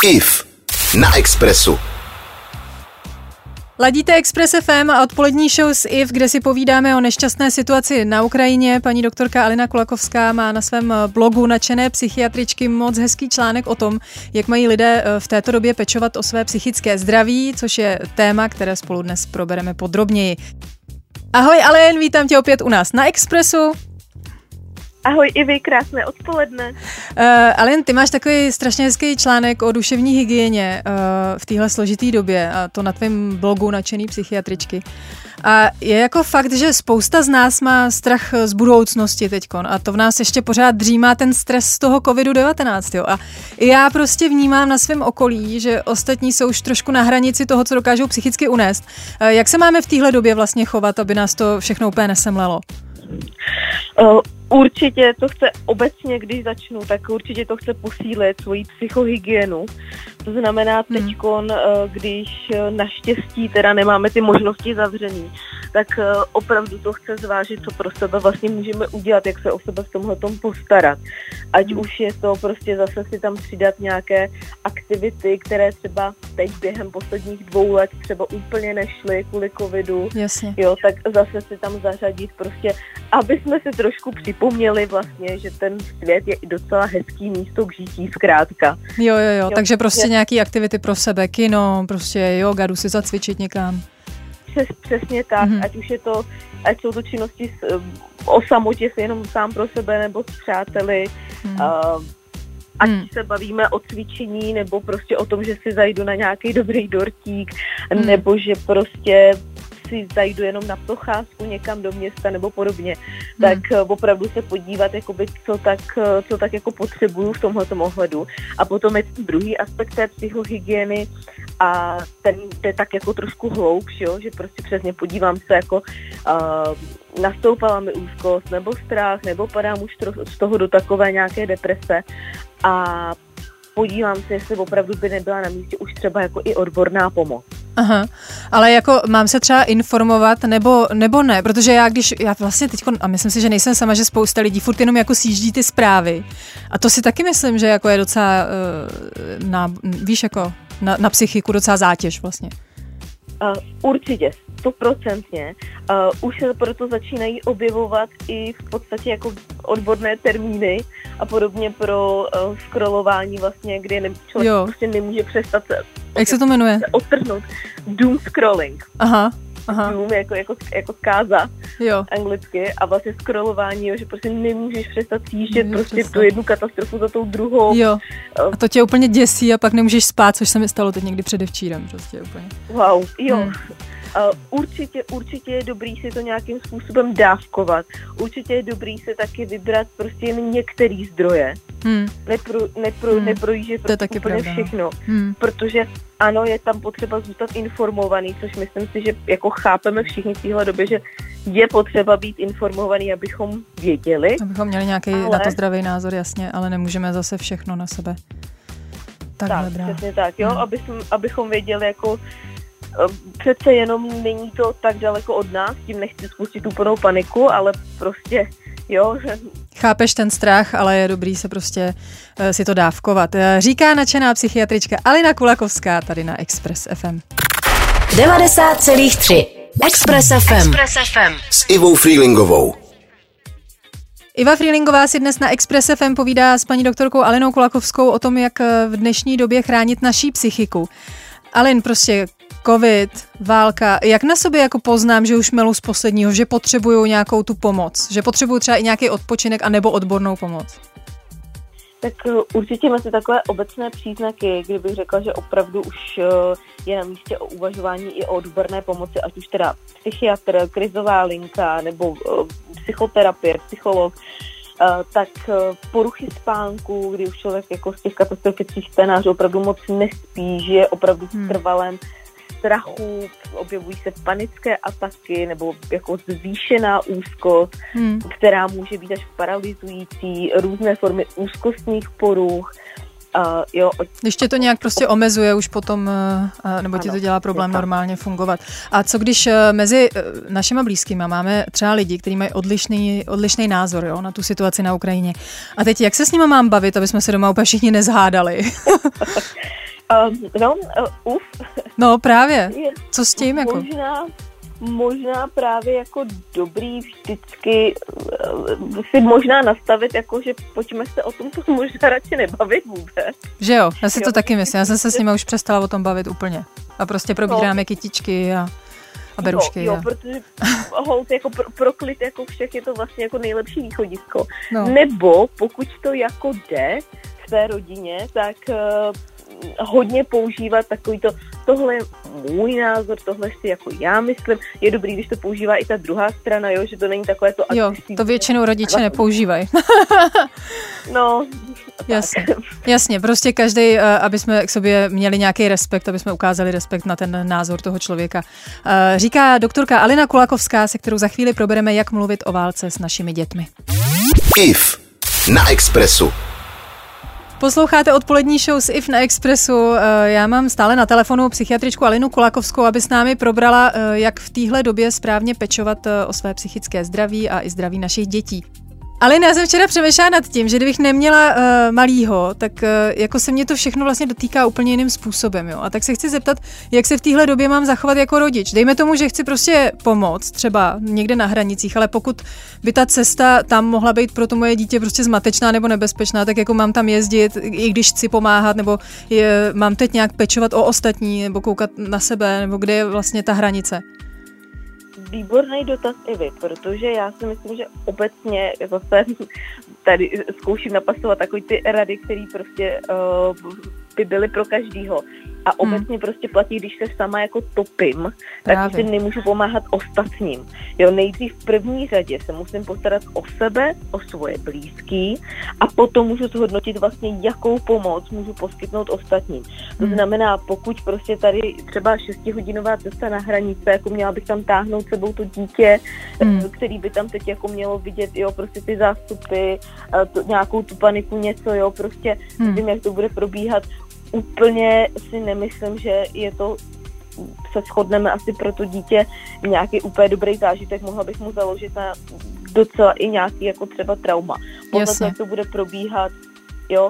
IF na Expressu. Ladíte Express FM a odpolední show s IF, kde si povídáme o nešťastné situaci na Ukrajině. Paní doktorka Alina Kulakovská má na svém blogu Nadšené psychiatričky moc hezký článek o tom, jak mají lidé v této době pečovat o své psychické zdraví, což je téma, které spolu dnes probereme podrobněji. Ahoj Alin, vítám tě opět u nás na Expressu. Ahoj i vy, krásné odpoledne. Alin, ty máš takový strašně hezký článek o duševní hygieně v téhle složitý době, a to na tvém blogu Nadšený psychiatričky. A je jako fakt, že spousta z nás má strach z budoucnosti teďkon a to v nás ještě pořád dřímá ten stres z toho COVID-19. Jo. A já prostě vnímám na svém okolí, že ostatní jsou už trošku na hranici toho, co dokážou psychicky unést. Jak se máme v téhle době vlastně chovat, aby nás to všechno úplně nesemlelo? Určitě to chce obecně, když začnu, tak určitě to chce posílit svoji psychohygienu. To znamená teďkon, když naštěstí teda nemáme ty možnosti zavřený, tak opravdu to chce zvážit, co pro sebe vlastně můžeme udělat, jak se o sebe v tomhletom postarat. Ať už je to prostě zase si tam přidat nějaké aktivity, které třeba teď během posledních 2 let třeba úplně nešly kvůli covidu. Jasně. Jo, tak zase si tam zařadit prostě, aby jsme si trošku připomněli vlastně, že ten svět je i docela hezký místo k žití zkrátka. Jo, takže prostě nějaký aktivity pro sebe, kino, prostě yoga, jdu si zacvičit někam. Přesně tak, ať jsou to činnosti o samotě se jenom sám pro sebe nebo s přáteli, ať se bavíme o cvičení nebo prostě o tom, že si zajdu na nějaký dobrý dortík, nebo že prostě si zajdu jenom na procházku někam do města nebo podobně, tak opravdu se podívat, jakoby, co tak jako potřebuju v tomhletom ohledu. A potom je druhý aspekt té psychohygieny a ten je tak jako trošku hloubš, jo? Že prostě přesně podívám se jako nastoupala mi úzkost nebo strach, nebo padám už z toho do takové nějaké deprese a podívám se, jestli opravdu by nebyla na místě už třeba jako i odborná pomoc. Aha, ale jako mám se třeba informovat nebo ne, protože já vlastně teď, a myslím si, že nejsem sama, že spousta lidí furt jenom jako sjíždí ty zprávy a to si taky myslím, že jako je docela víš, jako na psychiku docela zátěž vlastně. Určitě, 100%. Už se proto začínají objevovat i v podstatě jako odborné termíny a podobně pro scrollování vlastně, kdy člověk prostě nemůže přestat jak se to jmenuje? Odtrhnout. Doom scrolling. Aha. Doom jako káza anglicky a vlastně scrollování, jo, že prostě nemůžeš přestat sjíždět prostě tu jednu katastrofu za tou druhou. Jo. A to tě úplně děsí a pak nemůžeš spát, což se mi stalo teď někdy předevčírem prostě úplně. Wow, jo. Určitě je dobrý si to nějakým způsobem dávkovat. Určitě je dobrý si taky vybrat prostě jen některý zdroje. Neprojíždět prostě úplně všechno. Protože ano, je tam potřeba zůstat informovaný, což myslím si, že jako chápeme všichni v téhle době, že je potřeba být informovaný, abychom věděli. Abychom měli nějaký na to zdravý názor, jasně, ale nemůžeme zase všechno na sebe. Tak, přesně tak, jo, abychom věděli, jako přece jenom není to tak daleko od nás, tím nechci spustit úplnou paniku, ale prostě, jo. Chápeš ten strach, ale je dobrý se prostě si to dávkovat. Říká nadšená psychiatrička Alina Kulakovská tady na Express FM. 90,3 Express FM. S Ivou Frýlingovou. Iva Frýlingová si dnes na Express FM povídá s paní doktorkou Alinou Kulakovskou o tom, jak v dnešní době chránit naší psychiku. Alin, prostě covid, válka, jak na sobě jako poznám, že už melu z posledního, že potřebuju nějakou tu pomoc, že potřebuju třeba i nějaký odpočinek a nebo odbornou pomoc? Tak určitě máte takové obecné příznaky, kdybych řekla, že opravdu už je na místě o uvažování i o odborné pomoci, ať už teda psychiatr, krizová linka nebo psychoterapie, psycholog, tak poruchy spánku, kdy už člověk jako z těch katastrofických scénářů opravdu moc nespí, žije opravdu v trvalém strachu, objevují se panické ataky nebo jako zvýšená úzkost, která může být až paralyzující, různé formy úzkostních poruch. Když tě to nějak prostě omezuje už potom, nebo ti to dělá problém normálně fungovat. A co když mezi našima blízkýma máme třeba lidi, kteří mají odlišný názor, jo, na tu situaci na Ukrajině. A teď jak se s nima mám bavit, aby jsme se doma úplně všichni nezhádali? No právě, co s tím jako? Možná právě jako dobrý vždycky si možná nastavit, jako že pojďme se o tom možná radši nebavit vůbec. Že jo, já si to taky myslím, já jsem se s nimi už přestala o tom bavit úplně. A prostě probíráme kytičky a berušky. Jo, protože hold jako pro klid jako všech je to vlastně jako nejlepší východisko. No. Nebo pokud to jako jde v té rodině, tak hodně používat tohle je můj názor, tohle si jako já myslím, je dobrý, když to používá i ta druhá strana, jo, že to není takové to agresivní. Jo, to většinou rodiče nepoužívají. No, jasně, prostě každý, aby jsme k sobě měli nějaký respekt, aby jsme ukázali respekt na ten názor toho člověka. Říká doktorka Alina Kulakovská, se kterou za chvíli probereme, jak mluvit o válce s našimi dětmi. IF na Expressu. Posloucháte odpolední show s IF na Expressu. Já mám stále na telefonu psychiatričku Alinu Kulakovskou, aby s námi probrala, jak v téhle době správně pečovat o své psychické zdraví a i zdraví našich dětí. Alina, já jsem včera přemýšlela nad tím, že kdybych neměla malýho, tak jako se mě to všechno vlastně dotýká úplně jiným způsobem. Jo? A tak se chci zeptat, jak se v téhle době mám zachovat jako rodič. Dejme tomu, že chci prostě pomoct, třeba někde na hranicích, ale pokud by ta cesta tam mohla být pro to moje dítě prostě zmatečná nebo nebezpečná, tak jako mám tam jezdit, i když chci pomáhat, nebo mám teď nějak pečovat o ostatní, nebo koukat na sebe, nebo kde je vlastně ta hranice. Výborný dotaz i vy, protože já si myslím, že obecně zase tady zkouším napasovat takový ty rady, které prostě by byly pro každýho. A obecně prostě platí, když se sama jako topím, tak si nemůžu pomáhat ostatním. Jo, nejdřív v první řadě se musím postarat o sebe, o svoje blízký a potom můžu zhodnotit vlastně, jakou pomoc můžu poskytnout ostatním. To znamená, pokud prostě tady třeba 6hodinová cesta na hranice, jako měla bych tam táhnout sebou to dítě, který by tam teď jako mělo vidět, jo, prostě ty zástupy, nějakou tu paniku, něco, jo, prostě nevím, jak to bude probíhat. Úplně si nemyslím, že je to, se shodneme asi pro to dítě nějaký úplně dobrý zážitek, mohla bych mu založit na docela i nějaký jako třeba trauma. Podle toho, jak to bude probíhat, jo.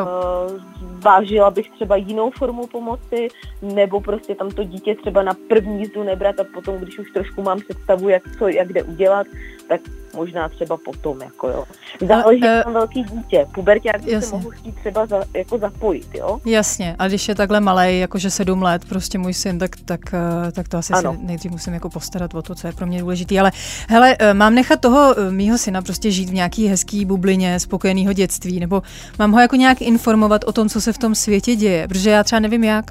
Vážila bych třeba jinou formu pomoci, nebo prostě tam to dítě třeba na první jízdu nebrat a potom, když už trošku mám představu, jak kde udělat, tak možná třeba potom, jako jo. Záleží na velký dítě. Puberťák se mohu chtít třeba jako zapojit, jo. Jasně, a když je takhle malej, jakože 7 let, prostě můj syn, tak to asi si nejdřív musím jako postarat o to, co je pro mě důležitý. Ale hele, mám nechat toho mýho syna prostě žít v nějaký hezký bublině spokojeného dětství, nebo mám ho jako nějak informovat o tom, co se v tom světě děje, protože já třeba nevím jak.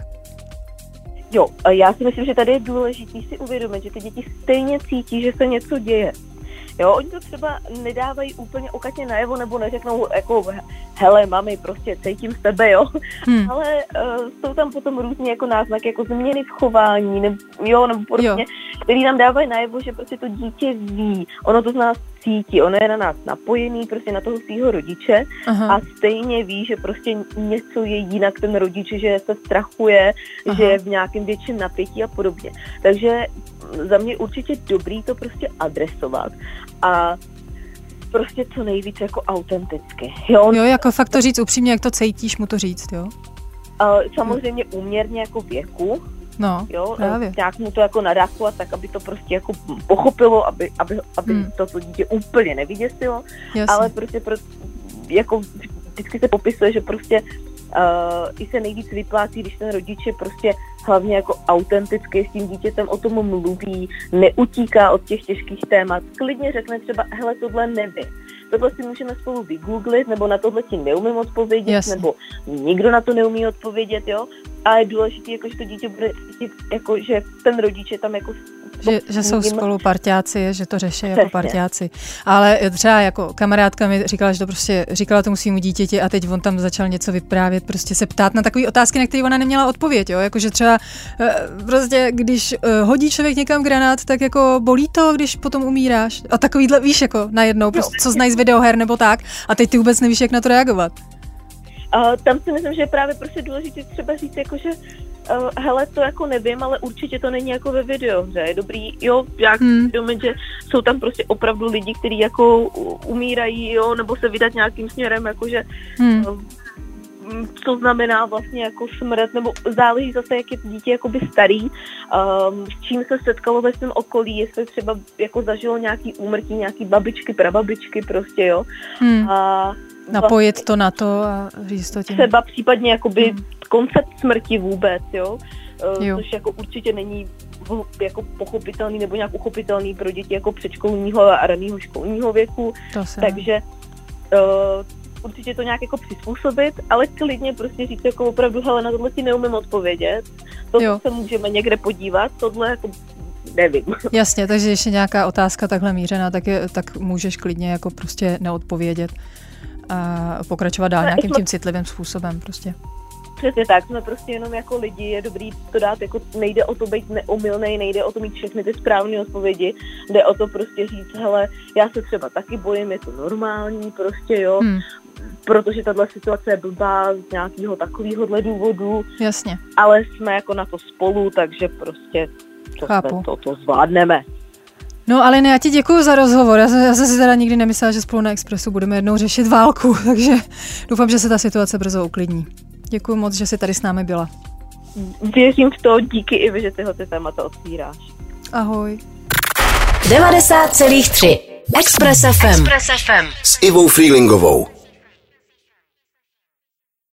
Jo, já si myslím, že tady je důležitý si uvědomit, že ty děti stejně cítí, že se něco děje. Jo, oni to třeba nedávají úplně okatně najevo, nebo neřeknou jako hele, mami, prostě cítím sebe, jo. Ale jsou tam potom různě jako náznaky, jako změny v chování, nebo prostě, který nám dávají najevo, že prostě to dítě ví, ono to z nás cítí, ono je na nás napojený, prostě na toho svýho rodiče. A stejně ví, že prostě něco je jinak ten rodič, že se strachuje, že je v nějakém větším napětí a podobně. Takže za mě určitě dobrý to prostě adresovat a prostě co nejvíc jako autenticky. Jo, jako fakt to říct upřímně, jak to cítíš, mu to říct, jo? Samozřejmě úměrně jako věku. No, jo, právě. Nějak mu to jako nadávkovat, tak aby to prostě jako pochopilo, aby to dítě úplně nevyděsilo. Jasně. Ale prostě jako vždycky se popisuje, že prostě i se nejvíc vyplácí, když ten rodič je prostě hlavně jako autentický, s tím dítětem o tom mluví, neutíká od těch těžkých témat, klidně řekne třeba, hele, tohle nevím. Tohle si můžeme spolu vygooglit, nebo na tohle ti neumím odpovědět, nebo nikdo na to neumí odpovědět, jo. A je důležité, jako, že to dítě bude cítit, jako, že ten rodič je tam jako... Že jsou spolu parťáci, že to řeší jako parťáci. Ale třeba jako kamarádka mi říkala, že to prostě říkala tomu svýmu dítěti a teď on tam začal něco vyprávět, prostě se ptát na takové otázky, na které ona neměla odpověď, jo. Jakože třeba prostě, když hodí člověk někam granát, tak jako bolí to, když potom umíráš. A takovýhle, víš, jako najednou, prostě, co znají z videoher nebo tak. A teď ty vůbec nevíš, jak na to reagovat. Tam si myslím, že je právě prostě důležité třeba říct, jako, že hele, to jako nevím, ale určitě to není jako ve videohře. Je dobrý, jo, jak vědomit, že jsou tam prostě opravdu lidi, kteří jako umírají, jo, nebo se vydat nějakým směrem, jakože co znamená vlastně jako smrt, nebo záleží zase, jak je dítě jakoby starý, s čím se setkalo ve svém okolí, jestli třeba jako zažilo nějaký úmrtí, nějaký babičky, prababičky prostě, jo. A napojit to na to a říct to tím. Třeba případně jakoby koncept smrti vůbec, jo. Což jako určitě není jako pochopitelný nebo nějak uchopitelný pro děti jako předškolního a raného školního věku. Takže určitě to nějak jako přizpůsobit, ale klidně prostě říct jako opravdu, hele, na tohle ti neumím odpovědět, to se můžeme někde podívat, tohle jako nevím. Jasně, takže ještě nějaká otázka takhle mířená, tak můžeš klidně jako prostě neodpovědět a pokračovat dál nějakým tím citlivým způsobem prostě. Přesně tak, jsme prostě jenom jako lidi, je dobrý to dát, jako nejde o to být neomylnej, nejde o to mít všechny ty správné odpovědi, jde o to prostě říct, hele, já se třeba taky bojím, je to normální prostě, jo, protože tahle situace je blbá z nějakého takovýhodle důvodu. Jasně. Ale jsme jako na to spolu, takže prostě to zvládneme. No, Alina, já ti děkuju za rozhovor. Já jsem si teda nikdy nemyslela, že spolu na Expressu budeme jednou řešit válku, takže doufám, že se ta situace brzo uklidní. Děkuju moc, že jsi tady s námi byla. Věřím v to, díky i vy, že tyhle témata otvíráš. Ahoj. 90,3 Express FM. S Ivou Freelingovou.